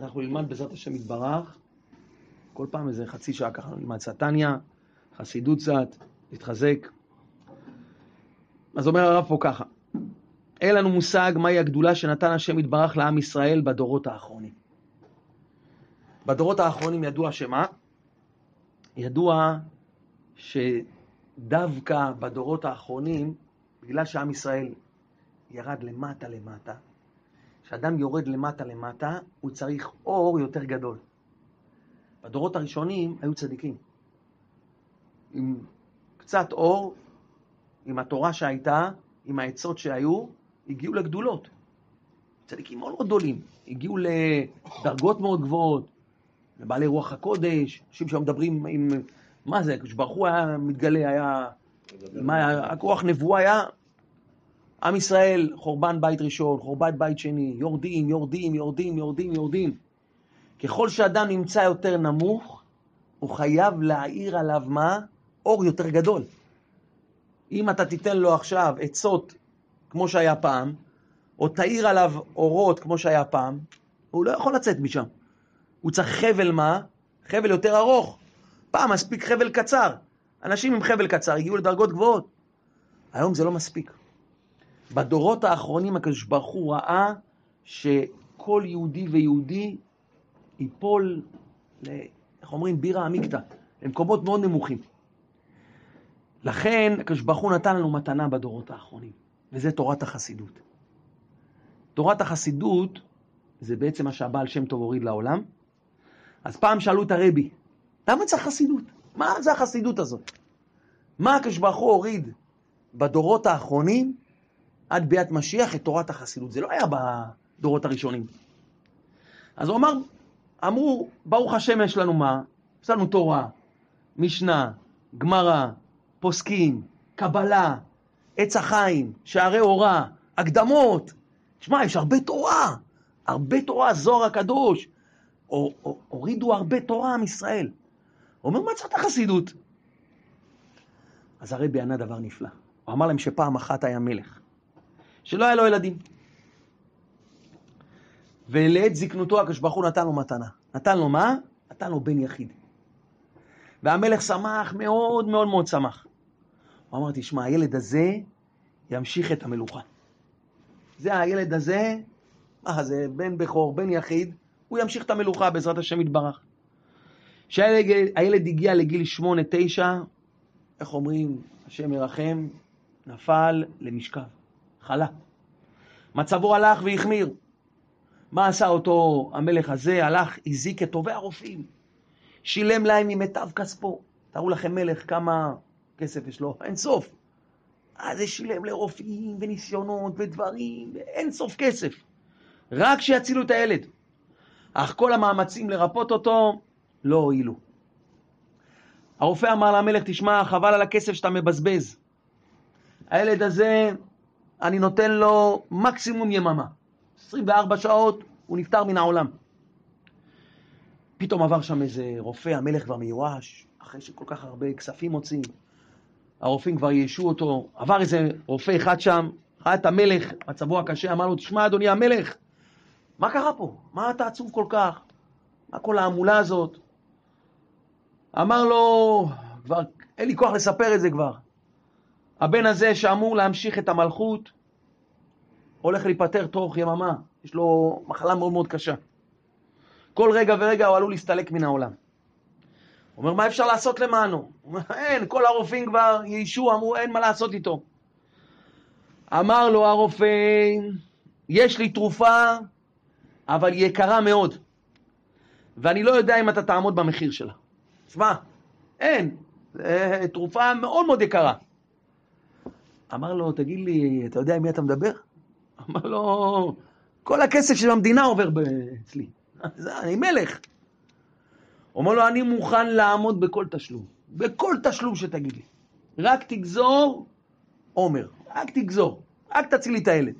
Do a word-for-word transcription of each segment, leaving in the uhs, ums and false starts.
אנחנו נלמד בעזרת השם יתברך, כל פעם איזה חצי שעה ככה, נלמד סטניה, חסידות קצת, להתחזק. אז אומר הרב פה ככה, אין לנו מושג מהי הגדולה שנתן השם יתברך לעם ישראל בדורות האחרונים. בדורות האחרונים ידוע שמה? ידוע שדווקא בדורות האחרונים, בגלל שעם ישראל ירד למטה למטה, כשאדם יורד למטה למטה, הוא צריך אור יותר גדול. בדורות הראשונים היו צדיקים. עם קצת אור, עם התורה שהייתה, עם העצות שהיו, הגיעו לגדולות. צדיקים מאוד מאוד גדולים. הגיעו לדרגות מאוד גבוהות, לבעלי רוח הקודש, אנשים שמדברים עם... מה זה? כשברוך הוא היה מתגלה, היה... מה, הכוח נבואה היה... עם ישראל, חורבן בית ראשון, חורבן בית שני, יורדים, יורדים, יורדים, יורדים, יורדים. ככל שאדם נמצא יותר נמוך, הוא חייב להעיר עליו מה? אור יותר גדול. אם אתה תיתן לו עכשיו עצות כמו שהיה פעם, או תעיר עליו אורות כמו שהיה פעם, הוא לא יכול לצאת משם. הוא צריך חבל מה? חבל יותר ארוך. פעם מספיק חבל קצר. אנשים עם חבל קצר הגיעו לדרגות גבוהות. היום זה לא מספיק. בדורות האחרונים הקדוש ברוך הוא ראה שכל יהודי ויהודי ייפול, איך אומרים, בירה עמיקתא, למקומות מאוד נמוכים. לכן הקדוש ברוך הוא נתן לנו מתנה בדורות האחרונים, וזה תורת החסידות. תורת החסידות זה בעצם מה שהבעל שם טוב הוריד לעולם. אז פעם שאלו את הרבי, למה צריך חסידות? מה זה החסידות הזאת? מה הקדוש ברוך הוא הוריד בדורות האחרונים עד ביאת משיח את תורת החסידות? זה לא היה בדורות הראשונים. אז הוא אמר, אמרו, ברוך השם יש לנו מה? יש לנו תורה, משנה, גמרא, פוסקים, קבלה, עץ החיים, שערי אורה, הקדמות. תשמע, יש הרבה תורה, הרבה תורה, זוהר הקדוש. הורידו הרבה תורה עם ישראל. הוא אומר, מה צריך את החסידות? אז הרבי ענה דבר נפלא. הוא אמר להם שפעם אחת היה מלך, שלא היה לו ילדים. ולעת זקנותו הקדוש ברוך הוא נתן לו מתנה. נתן לו מה? נתן לו בן יחיד. והמלך שמח, מאוד מאוד מאוד שמח. הוא אמר, תשמע, הילד הזה ימשיך את המלוכה. זה הילד הזה, מה זה, בן בכור, בן יחיד, הוא ימשיך את המלוכה בעזרת השם יתברך. כשהילד הגיע לגיל שמונה, תשע, איך אומרים, השם ירחם, נפל למשכב, חלה. מצבו הלך והחמיר. מה עשה אותו המלך הזה? הלך, הזיק את טובי הרופאים. שילם להם ממיטב כספו. תראו לכם מלך כמה כסף יש לו, אין סוף. אז זה שילם לרופאים וניסיונות ודברים, אין סוף כסף. רק שיצילו את הילד. אך כל המאמצים לרפות אותו לא הועילו. הרופא אמר למלך, תשמע, חבל על הכסף שאתה מבזבז. הילד הזה, אני נותן לו מקסימום יממה. עשרים וארבע שעות, הוא נפטר מן העולם. פתאום עבר שם איזה רופא, המלך כבר מיואש, אחרי שכל כך הרבה כספים מוצאים. הרופאים כבר יישו אותו. עבר איזה רופא אחד שם, ראה את המלך, מצבו הקשה, אמר לו, תשמע אדוני המלך, מה קרה פה? מה אתה עצוב כל כך? מה כל העמולה הזאת? אמר לו, כבר אין לי כוח לספר את זה כבר. הבן הזה שאמור להמשיך את המלכות, הולך להיפטר תוך יממה. יש לו מחלה מאוד מאוד קשה. כל רגע ורגע הוא עלול להסתלק מן העולם. הוא אומר, מה אפשר לעשות למענו? הוא אומר, אין, כל הרופאים כבר יישו, אמרו, אין מה לעשות איתו. אמר לו הרופא, יש לי תרופה, אבל היא יקרה מאוד. ואני לא יודע אם אתה תעמוד במחיר שלה. שמע, אין, תרופה מאוד מאוד יקרה. אמר לו, תגיד לי, אתה יודע עם מי אתה מדבר? אמר לו, כל הכסף של המדינה עובר אצלי. אני מלך. אומר לו, אני מוכן לעמוד בכל תשלום. בכל תשלום שתגיד לי. רק תגזור, עומר. רק תגזור. רק תציל לי את הילד.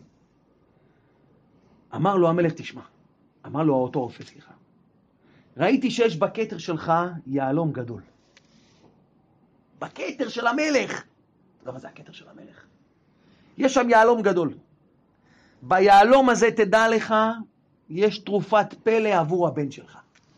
אמר לו המלך, תשמע. אמר לו אותו רופא, סליחה. ראיתי שיש בכתר שלך יהלום גדול. בכתר של המלך. אתה יודע מה זה הכתר של המלך? יש שם יהלום גדול. ביהלום הזה תדע לך, יש תרופת פלא עבור הבן שלך.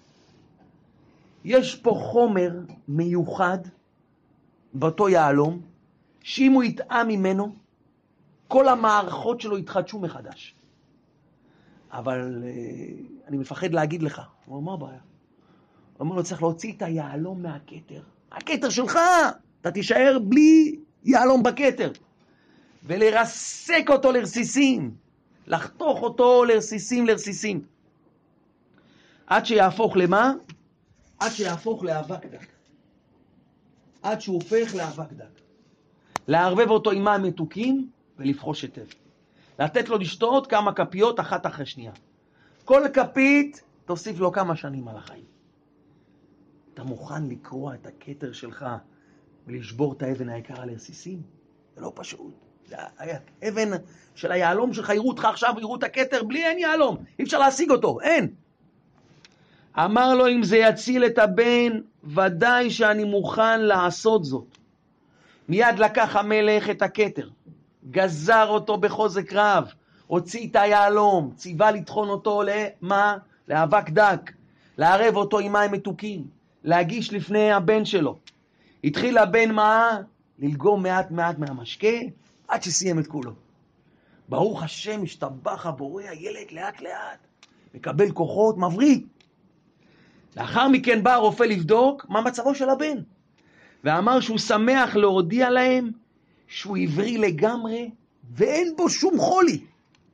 יש פה חומר מיוחד באותו יהלום, שאם הוא יטעם ממנו, כל המערכות שלו יתחדשו מחדש. אבל uh, אני מפחד להגיד לך. הוא אומר, מה הבעיה? הוא אומר לו, צריך להוציא את היהלום מהכתר. הכתר שלך! אתה תישאר בלי יהלום בכתר. ולרסק אותו לרסיסים. לחתוך אותו לרסיסים לרסיסים. עד שיהפוך למה? עד שיהפוך לאבק דק. עד שהוא הופך לאבק דק. לערבב אותו עם מים מתוקים ולפחוש היטב. לתת לו לשתות כמה כפיות אחת אחרי שנייה. כל כפית תוסיף לו כמה שנים על החיים. אתה מוכן לקרוע את הכתר שלך ולשבור את האבן היקרה לרסיסים? זה לא פשוט. זה האבן של היהלום שלך, יראו אותך עכשיו, יראו את הכתר, בלי אין יהלום. אי אפשר להשיג אותו, אין. אמר לו, אם זה יציל את הבן, ודאי שאני מוכן לעשות זאת. מיד לקח המלך את הכתר, גזר אותו בחוזק רב, הוציא את היהלום, ציווה לטחון אותו למה? לאבק דק, לערב אותו עם מים מתוקים, להגיש לפני הבן שלו. התחיל הבן מה? ללגום מעט מעט מהמשקה, עד שסיים את כולו. ברוך השם, השתבח הבורא, הילד לאט לאט, מקבל כוחות, מבריק. לאחר מכן בא הרופא לבדוק מה מצבו של הבן. ואמר שהוא שמח להודיע להם שהוא עברי לגמרי ואין בו שום חולי.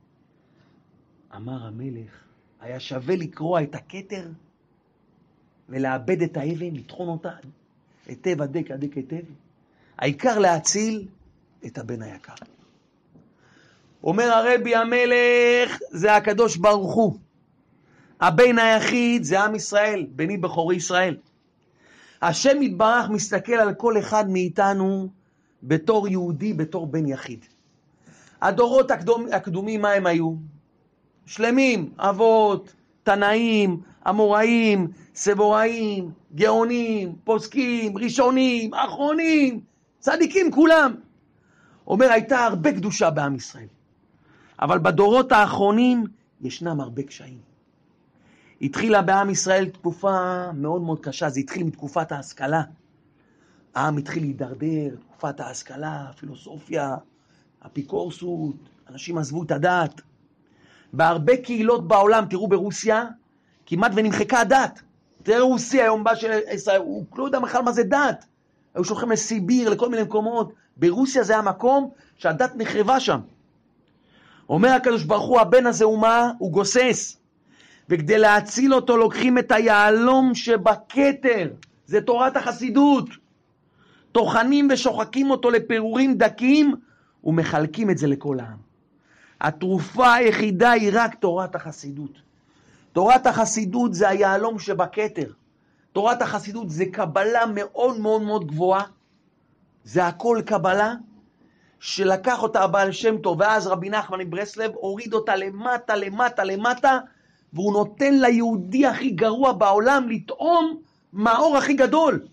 אמר המלך, היה שווה לקרוע את הכתר ולאבד את האבן, לטחון אותה היטב, הדק, הדק, היטב. העיקר להציל את הבן היקר. אומר הרבי המלך, זה הקדוש ברוך הוא. הבן היחיד זה עם ישראל, בני בכורי ישראל. השם יתברך מסתכל על כל אחד מאיתנו בתור יהודי, בתור בן יחיד. הדורות הקדומ, הקדומים, מה הם היו? שלמים, אבות, תנאים, אמוראים, סבוראים, גאונים, פוסקים, ראשונים, אחרונים, צדיקים כולם. אומר, הייתה הרבה קדושה בעם ישראל. אבל בדורות האחרונים ישנם הרבה קשיים. התחילה בעם ישראל תקופה מאוד מאוד קשה, זה התחיל מתקופת ההשכלה. העם התחיל להידרדר, תקופת ההשכלה, הפילוסופיה, אפיקורסות, אנשים עזבו את הדת. בהרבה קהילות בעולם, תראו ברוסיה, כמעט ונמחקה הדת. תראו רוסיה, היום בא של ישראל, הוא לא יודע בכלל מה זה דת. היו שולחים לסיביר, לכל מיני מקומות. ברוסיה זה המקום שהדת נחרבה שם. אומר הקדוש ברוך הוא, הבן הזה הוא מה? הוא גוסס. וכדי להציל אותו לוקחים את היהלום שבכתר. זה תורת החסידות. טוחנים ושוחקים אותו לפירורים דקים ומחלקים את זה לכל העם. התרופה היחידה היא רק תורת החסידות. תורת החסידות זה היהלום שבכתר. תורת החסידות זה קבלה מאוד מאוד מאוד גבוהה. זה הכל קבלה שלקח אותה הבעל שם טוב, ואז רבי נחמן מברסלב הוריד אותה למטה, למטה, למטה, והוא נותן ליהודי הכי גרוע בעולם לטעום מהאור הכי גדול.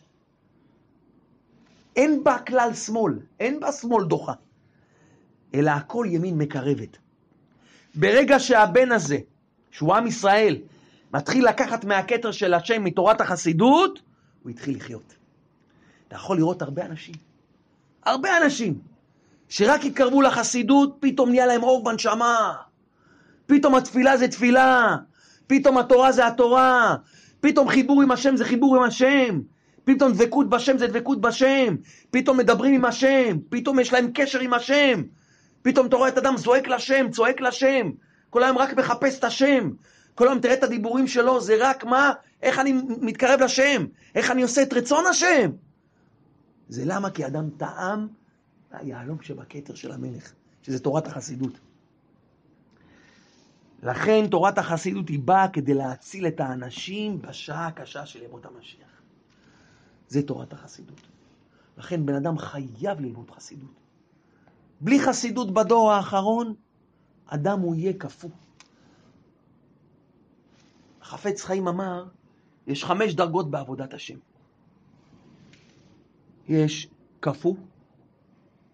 אין בה כלל שמאל, אין בה שמאל דוחה, אלא הכל ימין מקרבת. ברגע שהבן הזה, שהוא עם ישראל, מתחיל לקחת מהכתר של השם, מתורת החסידות, הוא התחיל לחיות. אתה יכול לראות הרבה אנשים, הרבה אנשים, שרק התקרבו לחסידות, פתאום נהיה להם אור בנשמה. פתאום התפילה זה תפילה, פתאום התורה זה התורה, פתאום חיבור עם השם זה חיבור עם השם, פתאום דבקות בשם זה דבקות בשם, פתאום מדברים עם השם, פתאום יש להם קשר עם השם, פתאום אתה רואה את אדם זועק לשם, צועק לשם, כל היום רק מחפש את השם, כל היום תראה את הדיבורים שלו, זה רק מה, איך אני מתקרב לשם, איך אני עושה את רצון השם. זה למה? כי אדם טעם היהלום שבכתר של המלך, שזה תורת החסידות. לכן תורת החסידות היא באה כדי להציל את האנשים בשעה הקשה של ימות המשיח. זה תורת החסידות. לכן בן אדם חייב ללמוד חסידות. בלי חסידות בדור האחרון, אדם הוא יהיה כפו. החפץ חיים אמר, יש חמש דרגות בעבודת השם. יש כפו,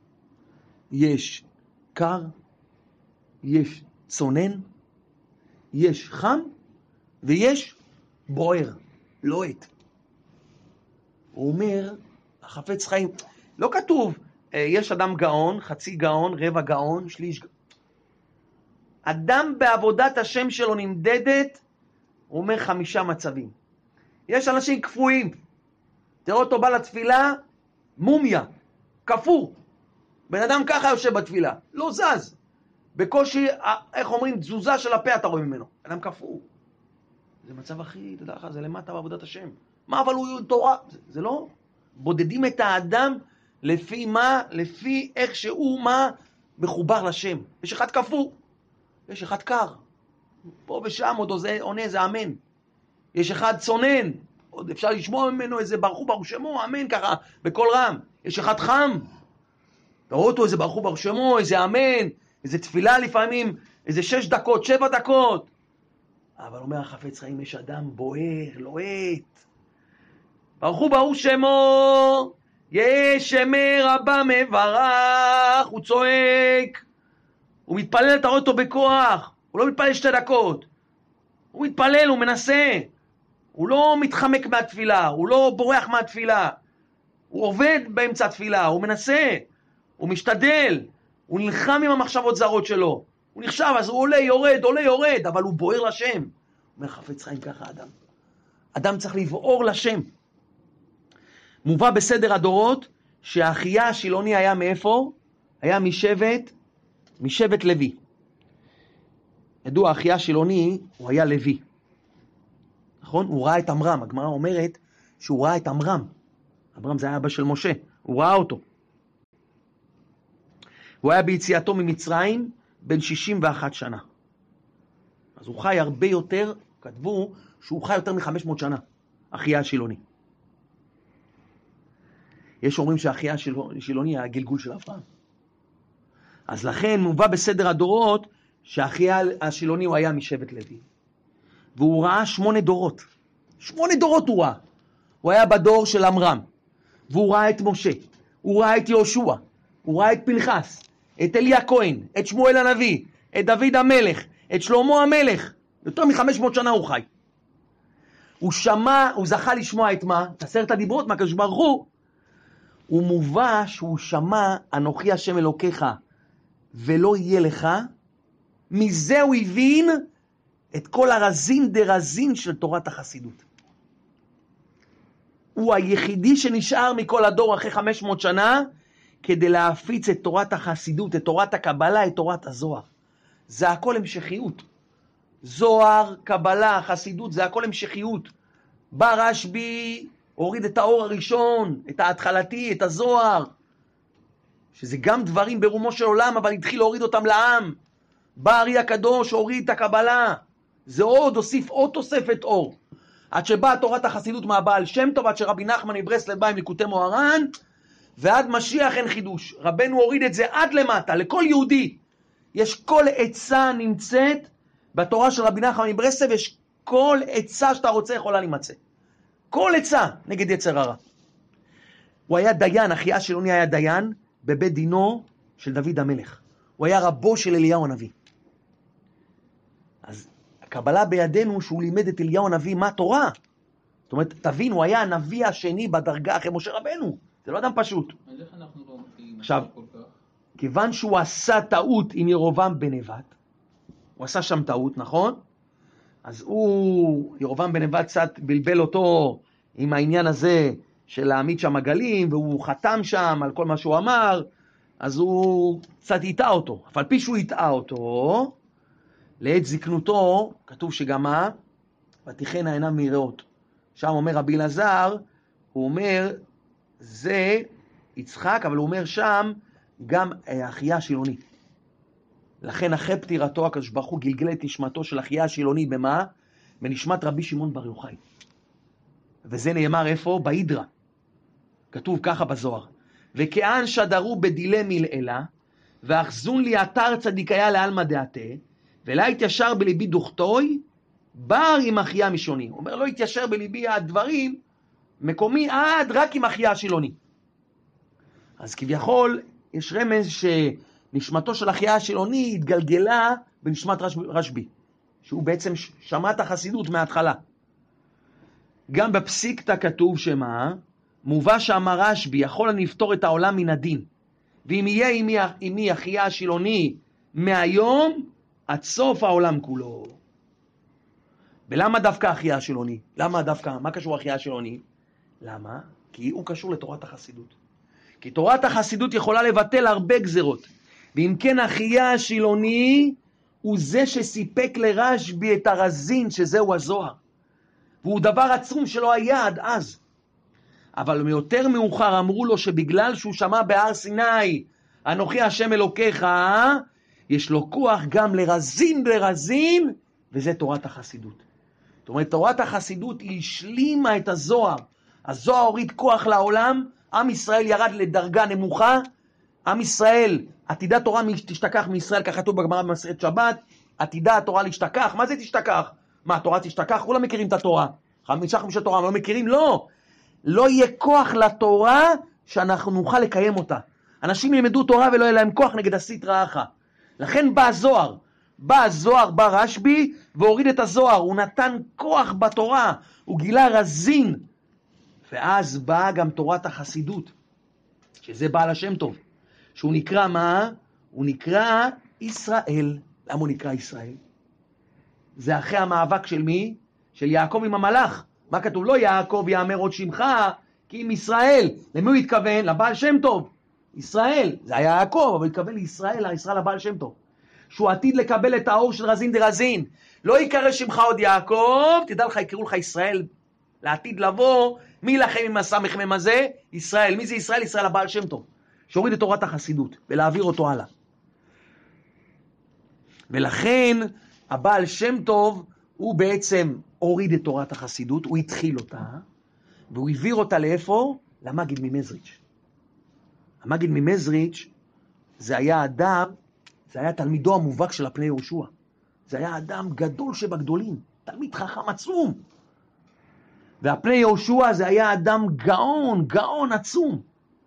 יש קר, יש צונן, יש חם ויש בוער, לוהט. הוא אומר, החפץ חיים, לא כתוב, יש אדם גאון, חצי גאון, רבע גאון, שליש גאון. אדם בעבודת השם שלו נמדדת, הוא אומר חמישה מצבים. יש אנשים כפויים. תראו אותו בא לתפילה, מומיה, כפו. בן אדם ככה יושב בתפילה, לא זז. בקושי, איך אומרים, תזוזה של הפה אתה רואה ממנו. אדם כפו. זה מצב הכי, תדע לך, זה למטה בעבודת השם. מה אבל הוא תורה? זה, זה לא. בודדים את האדם לפי מה, לפי איך שהוא מה מחובר לשם. יש אחד כפו, יש אחד קר. פה ושם עוד עונה איזה אמן. יש אחד צונן, עוד אפשר לשמוע ממנו איזה ברכו ברוך שמו, אמן ככה, בכל רם. יש אחד חם, תראו אותו איזה ברכו ברוך שמו, איזה אמן, איזה תפילה לפעמים, איזה שש דקות, שבע דקות. אבל אומר החפץ חיים, יש אדם בוער, לוהט. ברכו ברוך שמו, יש שמי רבה מברך, הוא צועק, הוא מתפלל, אתה רואה אותו בכוח, הוא לא מתפלל שתי דקות, הוא מתפלל, הוא מנסה, הוא לא מתחמק מהתפילה, הוא לא בורח מהתפילה, הוא עובד באמצע התפילה, הוא מנסה, הוא משתדל, הוא נלחם עם המחשבות זרות שלו, הוא נחשב, אז הוא עולה, יורד, עולה, יורד, אבל הוא בוער לשם. אומר חפץ חיים ככה אדם. אדם צריך לבעור לשם. מובא בסדר הדורות שהאחיה השילוני היה מאיפה? היה משבט, משבט לוי. ידוע, האחיה השילוני הוא היה לוי. נכון? הוא ראה את אמרם. הגמרא אומרת שהוא ראה את אמרם. אמרם זה היה אבא של משה. הוא ראה אותו. הוא היה ביציאתו ממצרים בן שישים ואחת שנה. אז הוא חי הרבה יותר, כתבו שהוא חי יותר מ-חמש מאות שנה, אחיה השילוני. יש אומרים שהאחיה השילוני היה הגלגול של אברהם. אז לכן מובא בסדר הדורות שהאחיה השילוני הוא היה משבט לוי. והוא ראה שמונה דורות. שמונה דורות הוא ראה. הוא היה בדור של אמרם. והוא ראה את משה. הוא ראה את יהושע. הוא ראה את פנחס. את אליה כהן. את שמואל הנביא. את דוד המלך. את שלמה המלך. יותר מ-חמש מאות שנה הוא חי. הוא שמע, הוא זכה לשמוע את מה? את עשרת הדיברות מהקדוש ברוך הוא. הוא מובא שהוא שמע אנוכי השם אלוקיך ולא יהיה לך. מזה הוא הבין את כל הרזין דרזין של תורת החסידות. הוא היחידי שנשאר מכל הדור אחרי חמש מאות שנה כדי להפיץ את תורת החסידות, את תורת הקבלה, את תורת הזוהר. זה הכל המשכיות. זוהר, קבלה, חסידות, זה הכל המשכיות. בא רשב"י, הוריד את האור הראשון, את ההתחלתי, את הזוהר, שזה גם דברים ברומו של עולם, אבל התחיל להוריד אותם לעם. בא ארי הקדוש, הוריד את הקבלה. זה עוד, הוסיף עוד תוספת אור. עד שבאה תורת החסידות מהבעל שם טוב, עד שרבי נחמן מברסלב בא עם ליקוטי מוהר"ן, ועד משיח אין חידוש. רבנו הוריד את זה עד למטה, לכל יהודי. יש כל עצה נמצאת בתורה של רבי נחמן מברסלב, יש כל עצה שאתה רוצה יכולה להימצא. כל עצה נגד יצר הרע. הוא היה דיין, אחיה השילוני היה דיין בבית דינו של דוד המלך. הוא היה רבו של אליהו הנביא. אז הקבלה בידינו שהוא לימד את אליהו הנביא מה תורה. זאת אומרת, תבין, הוא היה הנביא השני בדרגה אחרי משה רבנו. זה לא אדם פשוט. אז איך אנחנו לא מכירים עכשיו, כל כך? כיוון שהוא עשה טעות עם ירובעם בן נבט, הוא עשה שם טעות, נכון? אז הוא, ירובעם בן נבט קצת בלבל אותו עם העניין הזה של להעמיד שם עגלים, והוא חתם שם על כל מה שהוא אמר, אז הוא קצת הטעה אותו. אף על פי שהוא הטעה אותו, לעת זקנותו, כתוב שגם מה? ותיכנה עיניו מיראות. שם אומר רבי אלעזר, הוא אומר, זה יצחק, אבל הוא אומר שם גם אחיה השילוני. לכן אחרי פטירתו הקדוש ברוך הוא גלגל את נשמתו של אחיה השילוני במה? בנשמת רבי שמעון בר יוחאי. וזה נאמר איפה? בהידרה. כתוב ככה בזוהר. וכאן שדרו בדילי מלעילה, ואחזון לי אתר צדיקיה לעלמא דעתה, ולה התיישר בליבי דוכתוי, בר עם אחיה משוני. הוא אומר, לא התיישר בליבי הדברים, מקומי עד רק עם אחיה השילוני. אז כביכול, יש רמז שנשמתו של אחיה השילוני התגלגלה בנשמת רשב"י. שהוא בעצם שמע את החסידות מההתחלה. גם בפסיקתא כתוב שמה, מובא שאמר רשב"י, יכול אני לפתור את העולם מן הדין. ואם יהיה עמי, עמי אחיה השילוני מהיום, עד סוף העולם כולו. ולמה דווקא אחיה השילוני? למה דווקא? מה קשור אחיה השילוני? למה? כי הוא קשור לתורת החסידות. כי תורת החסידות יכולה לבטל הרבה גזרות. ואם כן אחיה השילוני, הוא זה שסיפק לרשב"י את הרזין, שזהו הזוהר. והוא דבר עצום שלא היה עד אז. אבל מיותר מאוחר אמרו לו שבגלל שהוא שמע בהר סיני, אנוכי השם אלוקיך, יש לו כוח גם לרזין לרזין, וזה תורת החסידות. זאת אומרת, תורת החסידות היא השלימה את הזוהר. הזוהר הוריד כוח לעולם, עם ישראל ירד לדרגה נמוכה, עם ישראל, עתידה תורה תשתכח מישראל, כך כתוב בגמרא במסכת שבת, עתידה התורה להשתכח, מה זה תשתכח? מה, התורה תשתכח? כולם מכירים את התורה. חמישה חמישה תורה, לא מכירים? לא. לא יהיה כוח לתורה שאנחנו נוכל לקיים אותה. אנשים ילמדו תורה ולא יהיה להם כוח נגד הסטרא אחרא. לכן בא הזוהר. בא הזוהר, בא רשב"י, והוריד את הזוהר. הוא נתן כוח בתורה. הוא גילה רזין. ואז באה גם תורת החסידות, שזה בעל השם טוב. שהוא נקרא מה? הוא נקרא ישראל. למה הוא נקרא ישראל? זה אחרי המאבק של מי? של יעקב עם המלאך. מה כתוב? לא יעקב יאמר עוד שמך, כי אם ישראל. למי הוא התכוון? לבעל שם טוב. ישראל. זה היה יעקב, אבל הוא התכוון לישראל, לישראל לבעל שם טוב. שהוא עתיד לקבל את האור של רזין דרזין. לא יקרא שמך עוד יעקב, תדע לך, יקראו לך ישראל. לעתיד לבוא, מי לכם עם הסמ"ם הזה? ישראל. מי זה ישראל? ישראל לבעל שם טוב. שהוריד את תורת החסידות, ולהעביר אותו הלאה. ולכן, הבעל שם טוב, הוא בעצם הוריד את תורת החסידות, הוא התחיל אותה, והוא העביר אותה לאיפה? למגיד ממזריץ'. המגיד ממזריץ' זה היה אדם, זה היה תלמידו המובהק של הפני יהושע. זה היה אדם גדול שבגדולים, תלמיד חכם עצום. והפני יהושע זה היה אדם גאון, גאון עצום.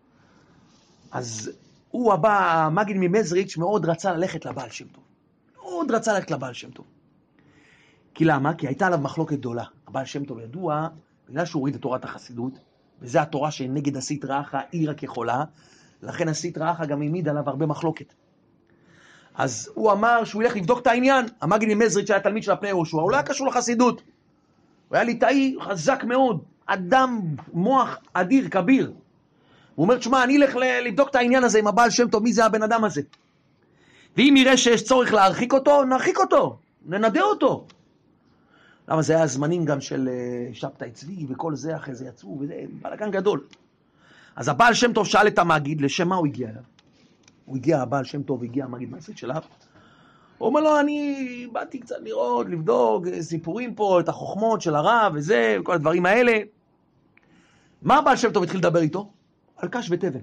אז הוא הבא, המגיד ממזריץ' מאוד רצה ללכת לבעל שם טוב. מאוד רצה ללכת לבעל שם טוב. כי למה? כי הייתה עליו מחלוקת גדולה. הבעל שם טוב ידוע, בגלל שהוא הוריד את תורת החסידות, וזו התורה שנגד הסטרא אחרא היא רק יכולה, לכן הסטרא אחרא גם העמיד עליו הרבה מחלוקת. אז הוא אמר שהוא ילך לבדוק את העניין. המגיד ממזריץ' שהיה תלמיד של הפני יהושע, הוא לא היה קשור לחסידות. הוא היה ליטאי חזק מאוד, אדם מוח אדיר, כביר. הוא אומר, תשמע, אני אלך לבדוק את העניין הזה עם הבעל שם טוב, מי זה הבן אדם הזה? ואם יראה שיש צורך להרחיק אותו, נרחיק אותו, ננדה אותו. למה זה היה זמנים גם של שבתאי צבי וכל זה, אחרי זה יצאו, וזה בלגן גדול. אז הבעל שם טוב שאל את המגיד, לשם מה הוא הגיע אליו? הוא הגיע, הבעל שם טוב הגיע, המגיד מעשית שלה. הוא אומר לו, אני באתי קצת לראות, לבדוק סיפורים פה, את החוכמות של הרב וזה, וכל הדברים האלה. מה הבעל שם טוב התחיל לדבר איתו? על קש ותבן.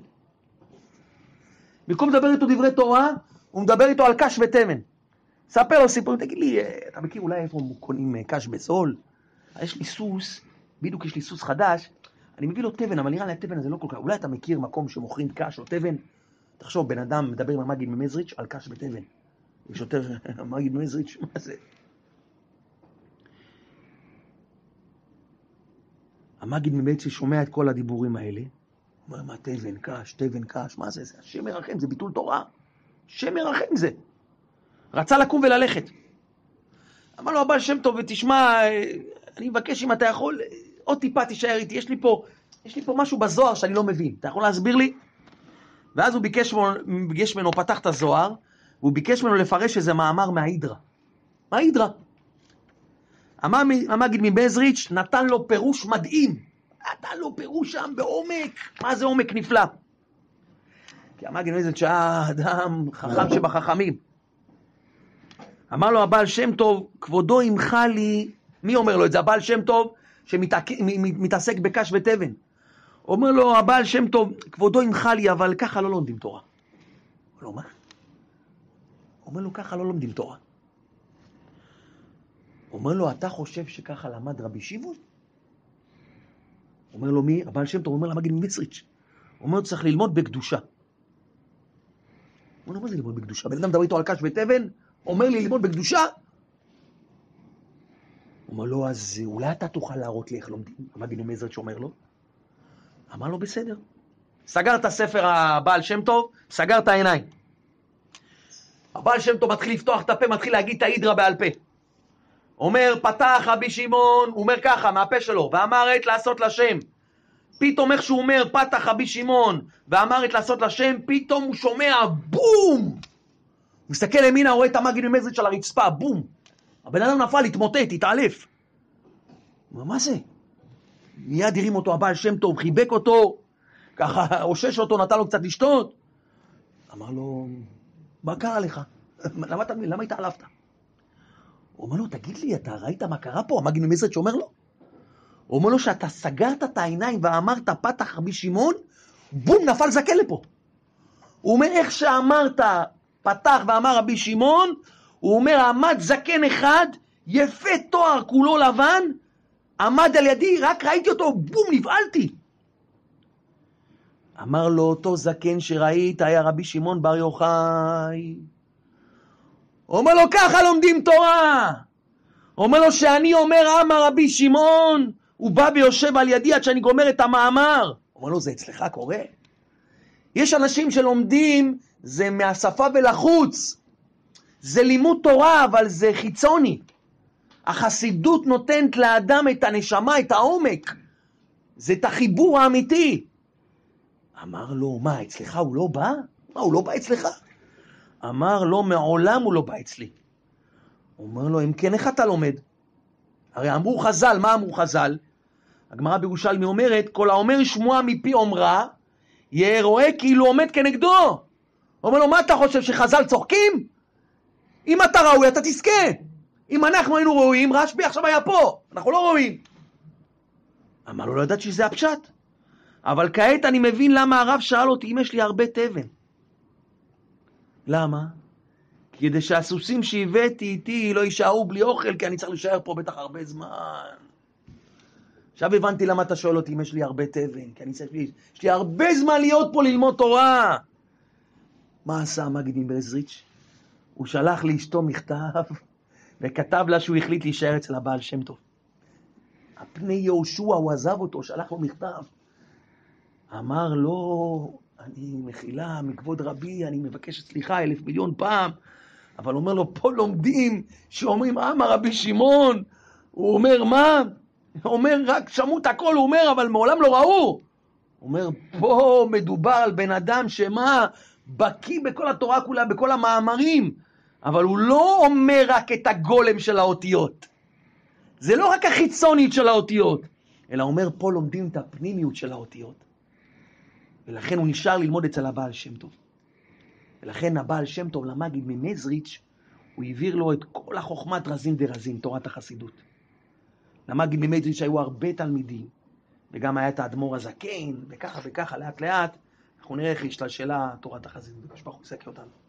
במקום לדבר איתו דברי תורה, הוא מדבר איתו על קש ותבן. ספר לו סיפורים, תגיד לי, אתה מכיר אולי איפה קונים קש בזול? יש לי סוס, בדיוק יש לי סוס חדש, אני מביא לו תבן, אבל נראה לי התבן הזה לא כל כך, אולי אתה מכיר מקום שמוכרים קש או תבן? תחשוב, בן אדם מדבר עם המגיד ממזריץ' על קש ותבן. יש יותר, המגיד ממזריץ', מה זה? המגיד ממזריץ' שומע את כל הדיבורים האלה, הוא אומר, מה תבן, קש, תבן, קש, מה זה? זה השם מרחם, זה ביטול תורה. השם מרחם זה. רצה לקום וללכת. אמר לו, הבעל שם טוב, ותשמע, אני מבקש אם אתה יכול, עוד טיפה תישאר איתי, יש לי פה, יש לי פה משהו בזוהר שאני לא מבין. אתה יכול להסביר לי? ואז הוא ביקש ממנו, ביקש ממנו, פתח את הזוהר, והוא ביקש ממנו לפרש איזה מאמר מההידרה. מההידרה. המגיד ממזריץ' נתן לו פירוש מדהים. נתן לו פירוש שם בעומק. מה זה עומק נפלא? כי המגיד ממזריץ' היה אדם חכם שבחכמים. אמר לו הבעל שם טוב, כבודו ימך לי, מי אומר לו את זה? הבעל שם טוב שמתעסק בקש ותבן. אומר לו הבעל שם טוב, כבודו ימך לי, אבל ככה לא לומדים תורה. הוא לא, מה? אומר לו, ככה לא לומדים תורה. אומר לו, אתה חושב שככה למד רבי שמעון? אומר לו, מי? הבעל שם טוב אומר למגיד ממזריץ'. אומר לו, צריך ללמוד בקדושה. הוא אומר לו, מה זה ללמוד בקדושה? בן אדם מדבר איתו על קש ותבן, אומר לי ללמוד בקדושה? אומר לו, אז אולי אתה תוכל להראות לי איך לומדים? המגיד ממזריץ' אומר לו. אמר לו, בסדר. סגר את הספר הבעל שם טוב, סגר את העיניים. הבעל שם טוב מתחיל לפתוח את הפה, מתחיל להגיד את ההידרה בעל פה. אומר, פתח רבי שמעון, הוא אומר ככה, מהפה שלו, ואמר את לעשות לשם. פתאום איך שהוא אומר, פתח רבי שמעון, ואמר את לעשות לשם, פתאום הוא שומע, בום! הוא מסתכל למינה, רואה את המגיד ממזריץ' על הרצפה, בום! הבן אדם נפל, התמוטט, התעלף. הוא אומר, מה זה? מיד הרים אותו הבעל שם טוב, חיבק אותו, ככה הושש אותו, נתן לו קצת לשתות. אמר לו, מה קרה לך? למה, למה התעלפת? הוא אומר לו, תגיד לי, אתה ראית מה קרה פה? המגיד ממזריץ' אומר לו. הוא אומר לו, שאתה סגרת את העיניים ואמרת, פתח רבי שמעון, בום, נפל זקן לפה. הוא אומר, איך שאמרת, פתח ואמר רבי שמעון, הוא אומר, עמד זקן אחד, יפה תואר, כולו לבן, עמד על ידי, רק ראיתי אותו, בום, נבעלתי. אמר לו, אותו זקן שראית, היה רבי שמעון בר יוחאי. הוא אומר לו, ככה לומדים תורה. הוא אומר לו, שאני אומר, אמר רבי שמעון, הוא בא ויושב על ידי עד שאני גומר את המאמר. הוא אומר לו, זה אצלך קורה? יש אנשים שלומדים, זה מהשפה ולחוץ. זה לימוד תורה, אבל זה חיצוני. החסידות נותנת לאדם את הנשמה, את העומק. זה את החיבור האמיתי. אמר לו, מה, אצלך הוא לא בא? מה, הוא לא בא אצלך? אמר לו, מעולם הוא לא בא אצלי. הוא אומר לו, אם כן, איך אתה לומד? הרי אמרו חז"ל, מה אמרו חז"ל? הגמרא בירושלמי אומרת, כל האומר שמועה מפי אומרה, יהיה רואה כאילו עומד כנגדו. הוא אומר לו, מה אתה חושב, שחז"ל צוחקים? אם אתה ראוי, אתה תזכה. אם אנחנו היינו ראויים, רשב"י עכשיו היה פה. אנחנו לא ראויים. אמר לו, לא ידעת שזה הפשט. אבל כעת אני מבין למה הרב שאל אותי אם יש לי הרבה תבן. למה? כדי שהסוסים שהבאתי איתי לא יישארו בלי אוכל, כי אני צריך להישאר פה בטח הרבה זמן. עכשיו הבנתי למה אתה שואל אותי אם יש לי הרבה תבן, כי אני צריך, יש לי הרבה זמן להיות פה ללמוד תורה. מה עשה המגיד ממזריץ'? הוא שלח לאשתו מכתב, וכתב לה שהוא החליט להישאר אצל הבעל שם טוב. הפני יהושע, הוא עזב אותו, שלח לו מכתב. אמר לו, אני מחילה מכבוד רבי, אני מבקש סליחה אלף מיליון פעם, אבל אומר לו, פה לומדים שאומרים, אמר רבי שמעון, הוא אומר, מה? הוא אומר, רק שמעו את הכל, הוא אומר, אבל מעולם לא ראו. הוא אומר, פה מדובר על בן אדם שמה, בקיא בכל התורה כולה, בכל המאמרים, אבל הוא לא אומר רק את הגולם של האותיות. זה לא רק החיצונית של האותיות, אלא אומר, פה לומדים את הפנימיות של האותיות. ולכן הוא נשאר ללמוד אצל הבעל שם טוב. ולכן הבעל שם טוב למגיד ממזריץ', הוא העביר לו את כל החוכמת רזים ורזים, תורת החסידות. למגיד ממזריץ' היו הרבה תלמידים, וגם היה את האדמו"ר הזקן, וככה וככה, לאט לאט, אנחנו נראה איך השתלשלה תורת החסידות. השפח הוא סקר אותנו.